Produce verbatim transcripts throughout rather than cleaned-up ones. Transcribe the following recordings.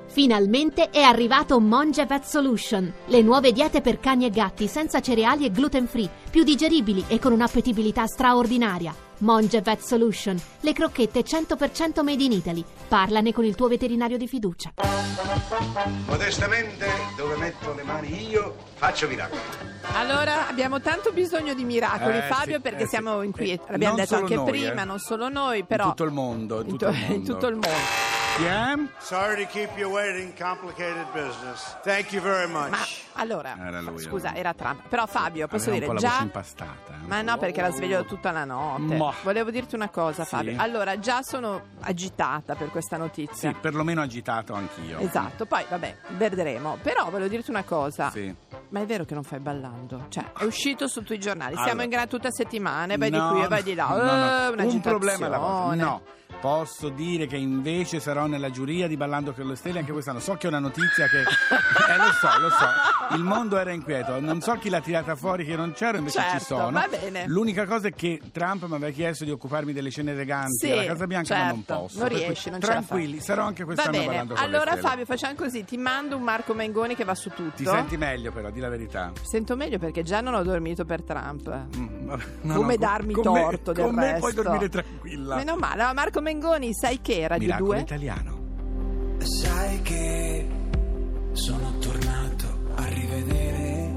Finalmente è arrivato Monge Vet Solution, le nuove diete per cani e gatti senza cereali e gluten free, più digeribili e con un'appetibilità straordinaria. Monge Vet Solution, le crocchette cento per cento made in Italy. Parlane con il tuo veterinario di fiducia. Modestamente, dove metto le mani io, faccio miracoli. Allora, abbiamo tanto bisogno di miracoli, Eh, Fabio, sì, perché eh, siamo sì. inquieti. Eh, L'abbiamo non detto solo anche noi, prima, eh. non solo noi, però... In tutto il mondo, in tutto il mondo. In tutto il mondo. Yeah? Sorry to keep you waiting, complicated business. Thank you very much. Ma allora, Era lui, scusa, allora. era Trump. Però Fabio, posso Aveva dire un po' la già... voce impastata. eh. Ma no, perché la sveglio tutta la notte. Ma. Volevo dirti una cosa, Sì. Fabio. Allora, già sono agitata per questa notizia. Sì, perlomeno agitato anch'io. Esatto, poi vabbè, vedremo. Però volevo dirti una cosa. Sì. Ma è vero che non fai ballando? Cioè, è uscito su tutti i giornali. Siamo Allora. in gara tutta settimana, vai No, di qui e vai di là. no, no. Eh, Un problema alla volta. un'agitazione. No. Posso dire che invece sarò nella giuria di Ballando con le Stelle anche quest'anno. So che è una notizia che... eh, lo so, lo so. Il mondo era inquieto. Non so chi l'ha tirata fuori, che non c'ero, invece Certo, ci sono. va bene. L'unica cosa è che Trump mi aveva chiesto di occuparmi delle scene eleganti Sì, alla Casa Bianca, ma non certo, posso. non Per cui riesci, non ce la fai. tranquilli, sarò anche Va quest'anno bene, Ballando con allora le Stelle. Fabio, facciamo così. Ti mando un Marco Mengoni che va su tutto. Ti senti meglio però, di la verità. Sento meglio perché già non ho dormito per Trump. Mm, vabbè, no, Come no, darmi con me- torto del con me resto. puoi dormire tranquilla. Meno male. Allora, Marco Mengoni, sai che Radio Miracolo due? italiano. Sai che sono tornato a rivedere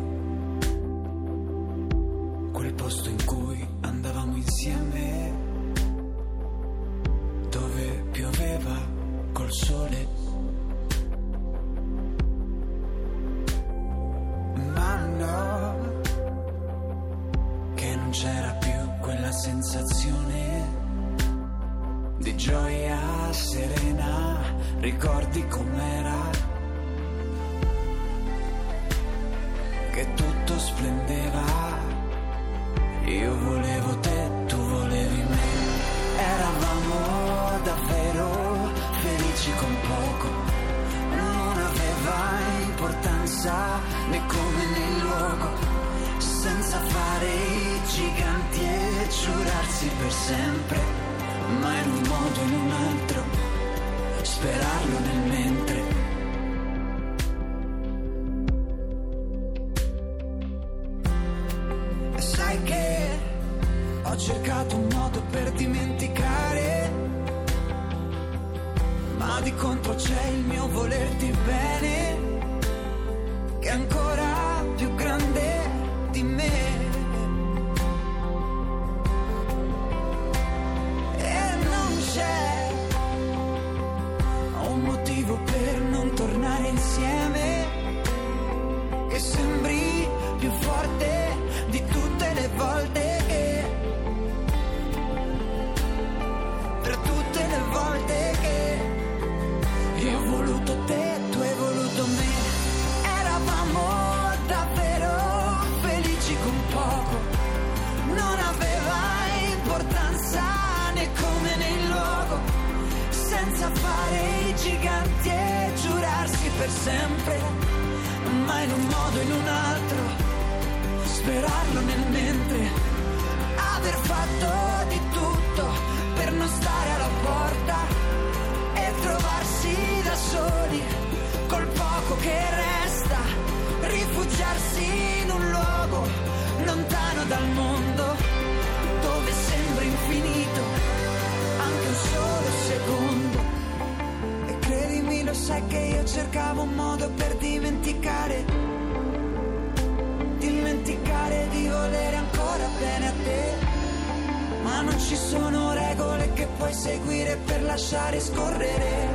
quel posto in cui andavamo insieme, dove pioveva col sole, ma no, che non c'era più quella sensazione di gioia serena. Ricordi com'era? Che tutto splendeva. Io volevo te, tu volevi me. Eravamo davvero felici con poco. Non aveva importanza né come né luogo. Senza fare i giganti e giurarsi per sempre, ma in un modo o in un altro, sperarlo nel mentre. E sai che ho cercato un modo per dimenticare, ma di contro c'è il mio volerti bene, che è ancora più grande di me. Per non tornare insieme, che sembri più forte di tutte le volte che, per tutte le volte che io ho voluto te, tu hai voluto me. Eravamo davvero felici con poco, non aveva importanza né come né il luogo, senza fare i giganti e giurarsi per sempre, ma in un modo o in un altro, sperarlo nel mentre. Aver fatto di tutto per non stare alla porta e trovarsi da soli col poco che resta, rifugiarsi in un luogo lontano dal mondo, dove sembra infinito anche un solo secondo. E credimi, lo sai che io cercavo un modo per dimenticare, dimenticare di volere ancora bene a te, ma non ci sono regole che puoi seguire per lasciare scorrere.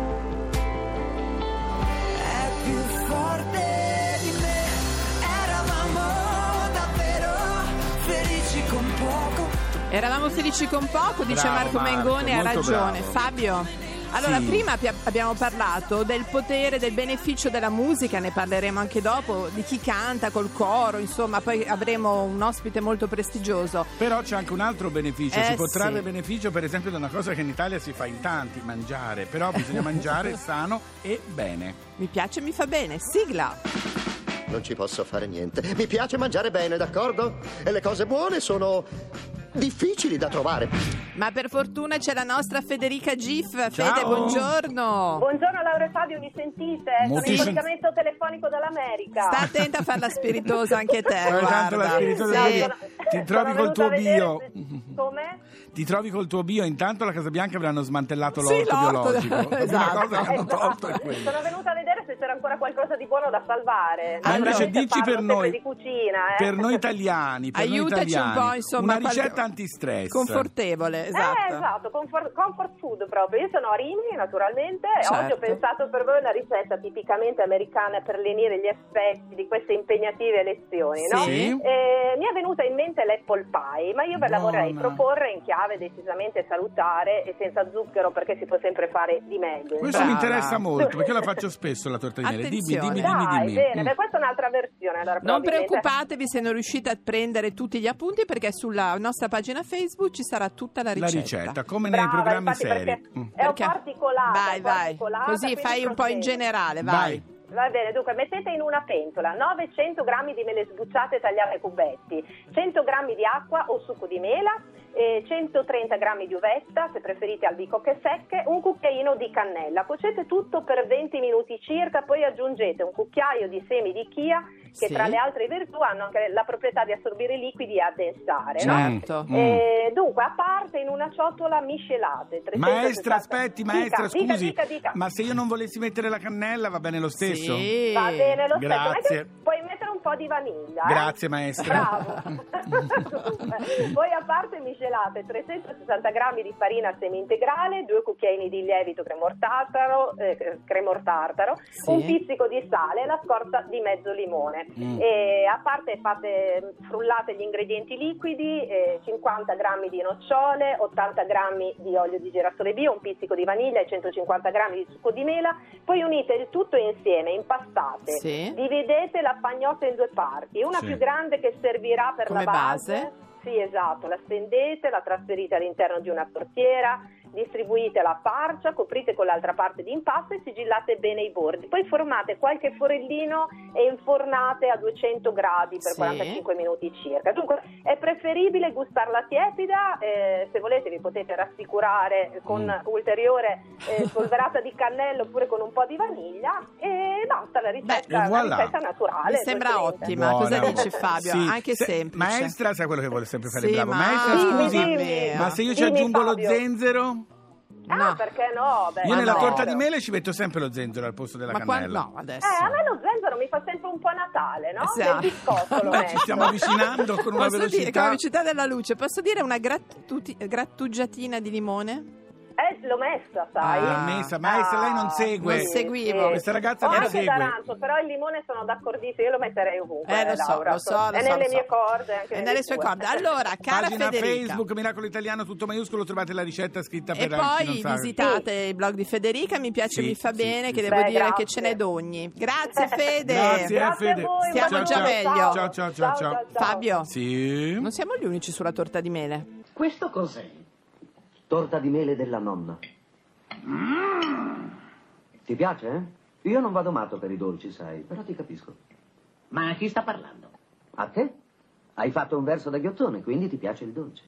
È più forte di me. Eravamo davvero felici con poco. Eravamo felici con poco, dice Bravo, Marco Mengoni, ha Marco, molto ragione. bravo. Fabio, allora Sì. prima pi- abbiamo parlato del potere, del beneficio della musica, ne parleremo anche dopo, di chi canta col coro, insomma, poi avremo un ospite molto prestigioso. Però c'è anche un altro beneficio, Eh, si può trarre sì. beneficio per esempio da una cosa che in Italia si fa in tanti, mangiare, però bisogna mangiare sano e bene. Mi piace, mi fa bene. Sigla. Non ci posso fare niente. Mi piace mangiare bene, d'accordo? E le cose buone sono difficili da trovare. Ma per fortuna c'è la nostra Federica Gif. Ciao. Fede, buongiorno. Buongiorno Antonino Lauro e Fabio, mi sentite? Moltissimo. Sono in collegamento telefonico dall'America. Sta attenta a farla spiritosa anche te. Ogni tanto la guarda. spiritosa Sì. perché ti trovi Sono col tuo venuta a vedere bio. se- Come? Ti trovi col tuo bio, intanto la Casa Bianca avranno smantellato Sì, l'orto l'orto, biologico. La prima esatto. cosa che hanno Esatto. tolto è quella. Sono venuta a vedere se c'era ancora qualcosa di buono da salvare. Ma invece Naturalmente dici parlo per sempre noi, di cucina, eh. per noi italiani, per noi Aiutaci italiani, un po', insomma, una qualche- ricetta antistress. Confortevole, esatto. Eh, esatto, comfort, comfort food proprio. Io sono a Rimini, naturalmente, e Certo. oggi ho pensato per voi una ricetta tipicamente americana per lenire gli effetti di queste impegnative lezioni, no? Sì. Eh, mi è venuta in mente l'apple pie, ma io ve la Buona. vorrei proporre in chiave decisamente salutare e senza zucchero, perché si può sempre fare di meglio. Questo Brava. mi interessa molto, perché io la faccio spesso la torta di mele. Dimmi, dimmi, Attenzione. dimmi, Dai, dimmi. bene, Mm. beh, questa è un'altra versione. Allora, Non probabilmente- preoccupatevi se non riuscite a prendere tutti gli appunti, perché sulla nostra pagina Facebook ci sarà tutta la La ricetta. ricetta, come nei Brava, programmi infatti, seri. perché Mm. è un Perché- particolare. Vai, vai. Così fai un po' in generale, vai. Vai. Va bene, dunque mettete in una pentola novecento grammi di mele sbucciate tagliate a cubetti, cento grammi di acqua o succo di mela, eh, centotrenta grammi di uvetta, se preferite albicocche secche, un cucchiaino di cannella. Cuocete tutto per venti minuti circa, poi aggiungete un cucchiaio di semi di chia che Sì. tra le altre virtù hanno anche la proprietà di assorbire i liquidi e addensare. no? Certo. Mm. Eh, dunque, a parte in una ciotola miscelate. Maestra, trecentosessanta aspetti, maestra, Dica, dica, scusi, dica, dica. ma se io non volessi mettere la cannella va bene lo stesso? Sì. Va bene lo stesso, Grazie. Metti- puoi mettere un po' di vaniglia. eh? Grazie, maestra. Bravo. Poi a parte miscelate trecentosessanta grammi di farina semi-integrale, due cucchiaini di lievito cremor tartaro, eh, cremor tartaro, Sì. un pizzico di sale e la scorza di mezzo limone. Mm. E a parte fate frullate gli ingredienti liquidi, eh, cinquanta grammi di nocciole, ottanta grammi di olio di girasole bio, un pizzico di vaniglia e centocinquanta grammi di succo di mela. Poi unite il tutto insieme, impastate. Sì. Dividete la pagnotta in due parti, una Sì. più grande che servirà per Come la base. base. Sì, esatto, la stendete, la trasferite all'interno di una tortiera, distribuite la farcia, coprite con l'altra parte di impasto e sigillate bene i bordi. Poi formate qualche forellino e infornate a duecento gradi per Sì. quarantacinque minuti circa. Dunque è preferibile gustarla tiepida, eh, se volete vi potete rassicurare con Mm. ulteriore eh, spolverata di cannello oppure con un po' di vaniglia e basta, la ricetta, Beh, e voilà. la ricetta naturale. Mi sembra eccellente. ottima. Cosa Buona. dici, Fabio? Sì. Anche Se- semplice. Maestra, sai quello che vuole sempre fare Sì, bravo. ma- Maestra, Dimmi, scusi, dimmi. ma se io ci Dimmi, aggiungo Fabio. lo zenzero? Ah, No. perché no? Beh, Io Ma nella no. torta di mele ci metto sempre lo zenzero al posto della Ma qua- cannella. no, adesso. Eh, a me lo zenzero mi fa sempre un po' Natale, no? Esatto. Nel biscotto lo Beh, metto. ci stiamo avvicinando con una Posso dire, con la velocità. velocità della luce, posso dire una grattuti- grattugiatina di limone? Eh, l'ho messa, sai? Ah, messa, maestra, lei non segue. Non seguivo. Questa ragazza Ho non anche segue. d'arancio, però il limone sono d'accordissimo, io lo metterei ovunque. Eh, lo so, Laura. lo so, lo È so, nelle lo so. mie corde. Anche E nelle nelle sue tue. corde. Allora, cara Pagina Federica. Facebook Miracolo Italiano tutto maiuscolo, trovate la ricetta scritta E per chi non poi sa. visitate il blog di Federica, mi piace, Sì, mi fa sì, bene, sì, che sì. devo Beh, dire grazie. che ce n'è d'ogni. Grazie Fede. Grazie, Grazie Fede. a voi. un Stiamo bacione, già meglio. Ciao, ciao, ciao, ciao. Fabio, Sì. non siamo gli unici sulla torta di mele. Questo cos'è? Torta di mele della nonna. Ti piace, eh? Io non vado matto per i dolci, sai, però ti capisco. Ma a chi sta parlando? A te? Hai fatto un verso da ghiottone, quindi ti piace il dolce.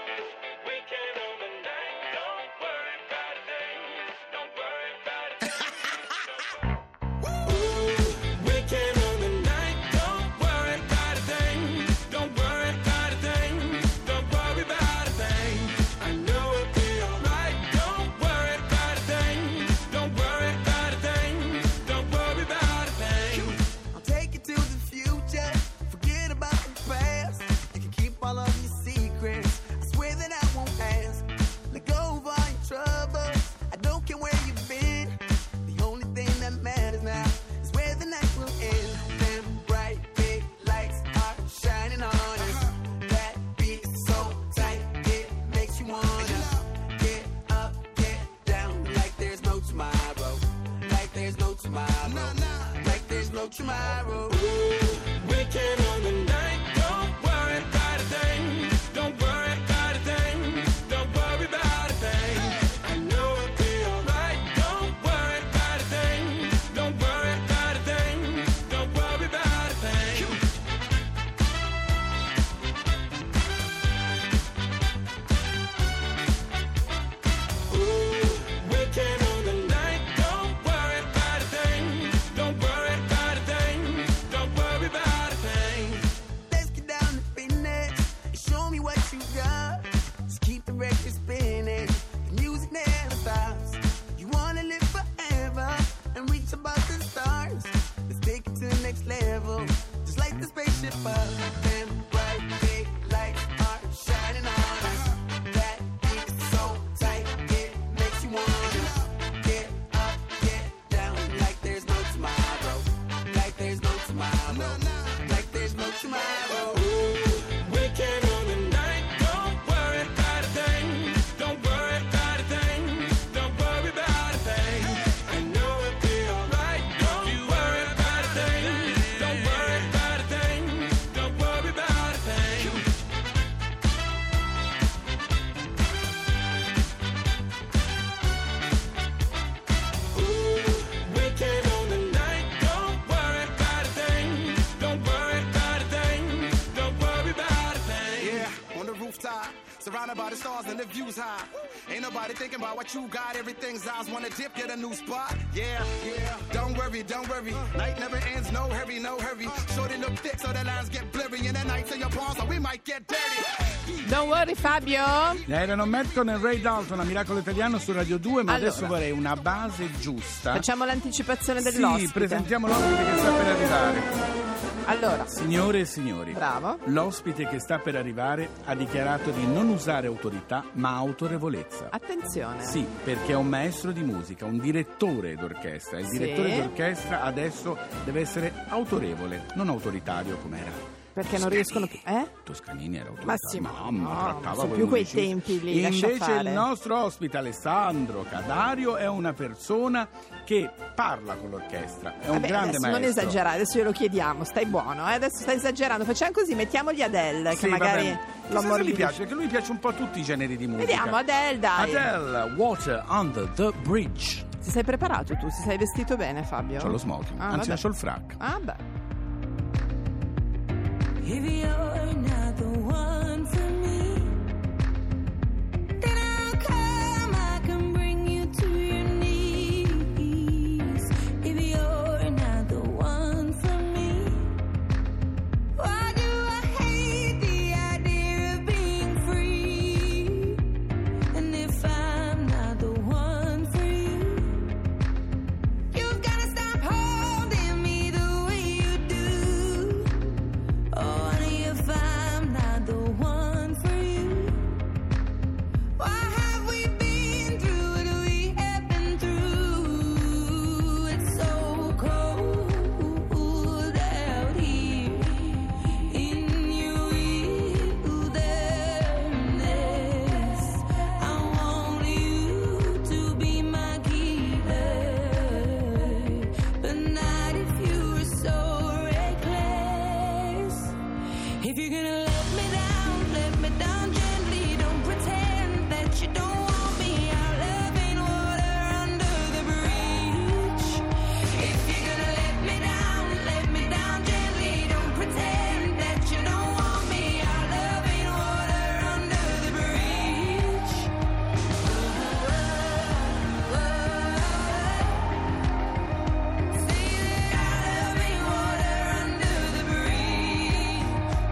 I'll take you to the future. Forget about the past. You can keep all of your secrets. I swear that I won't ask. Let go of all your troubles. I don't care where you've been. The only thing that matters now is where the night will end. Them bright big lights are shining on us. That beat is so tight, it makes you wanna get up, get down like there's no tomorrow. Like there's no tomorrow. Like there's no tomorrow. Weekend on the night. Don't worry about a thing. Don't worry about a thing. Don't worry about a thing. I know it'll be alright. Don't worry about a thing. Don't worry about a thing. Don't worry about a thing. Weekend on the night. Don't worry the stars and the views high. Ain't nobody thinking about what you got. Everything's ours. Wanna dip, get a new spot. Yeah, yeah. Don't worry, don't worry. Night never ends. No hurry, no hurry. Shorty look thick so the lines get blurry. And the nights in your palms so we might get dirty. Don't worry, Fabio. Erano Merton e Ray Dalton a Miracolo Italiano su Radio due, ma Allora. adesso vorrei una base giusta. Facciamo l'anticipazione dell'ospite. Sì, presentiamo l'ospite che sta per arrivare. Allora, Signore e signori, bravo. L'ospite che sta per arrivare ha dichiarato di non usare autorità ma autorevolezza. Attenzione. Sì, perché è un maestro di musica, un direttore d'orchestra. Il Sì. direttore d'orchestra adesso deve essere autorevole, non autoritario come era. Perché non riescono più. Eh? Toscanini era autoritario. Ma sì, Mamma, no, trattava sono quei più quei musicisti. tempi lì, lascia Invece fare. il nostro ospite Alessandro Cadario è una persona che parla con l'orchestra. È un Vabbè, grande adesso maestro. non esagerare, adesso glielo chiediamo, stai buono, eh? Adesso stai esagerando, facciamo così, mettiamogli Adele, Sì, che magari vabbè. lo Chissà se gli ammorbidisce. piace, perché lui piace un po' a tutti i generi di musica. Vediamo, Adele, dai. Adele, Water Under the Bridge. Ti sei preparato tu? Ti sei vestito bene, Fabio? C'ho lo smoking, Ah, anzi vabbè. c'ho il frac. Ah, beh. If you're not the one for me, then I'll come, I can bring you to your knees. If you're not the one for me, why do I hate the idea of being free? And if I'm not the one for you, you've gotta stop holding me the way you do. Oh, honey, if I'm not the one for you, why have we been through what we have been through? It's so cold out here in your wilderness. I want you to be my keeper, but not if you were so reckless. If you're gonna let me down, let me down gently. Don't pretend that you don't want me. Our love ain't water under the bridge. If you're gonna let me down, let me down gently. Don't pretend that you don't want me. Our love ain't water under the bridge. Say that our love ain't water under the bridge.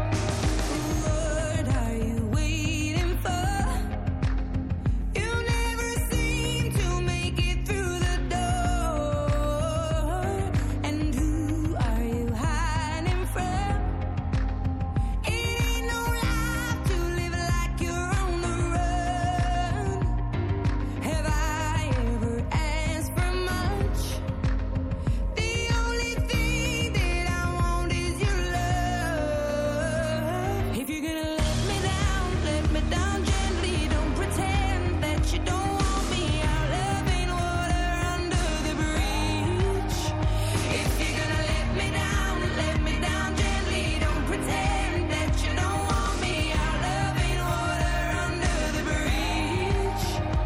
What are you waiting for? You never seem to make it through the door. And who are you hiding from? It ain't no life to live like you're on the run. Have I ever asked for much? The only thing that I want is your love. If you're gonna let me down, let me down gently. Don't pretend that you don't want me. Our love ain't water under the bridge. If you're gonna let me down, let me down gently. Don't pretend that you don't want me. Our love ain't water under the bridge.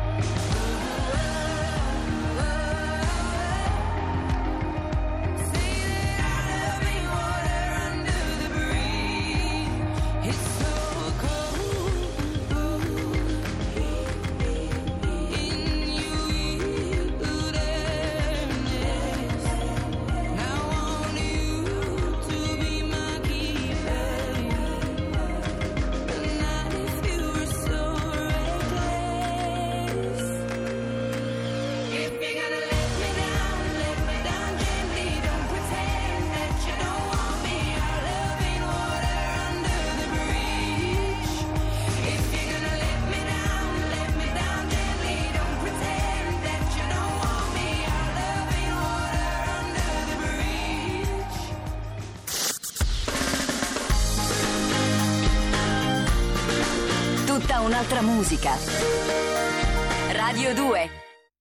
Say that our love ain't water under the bridge. It's so cold in your wilderness. I want you to be my keeper, but not if you were so reckless. If you're gonna let me down, let me down gently. Don't pretend that you don't want me. Our love ain't water under the bridge. If you're gonna let me down, let me down gently. Don't pretend that you don't want me. Our love ain't water under the bridge. Tutta un'altra musica. Radio due.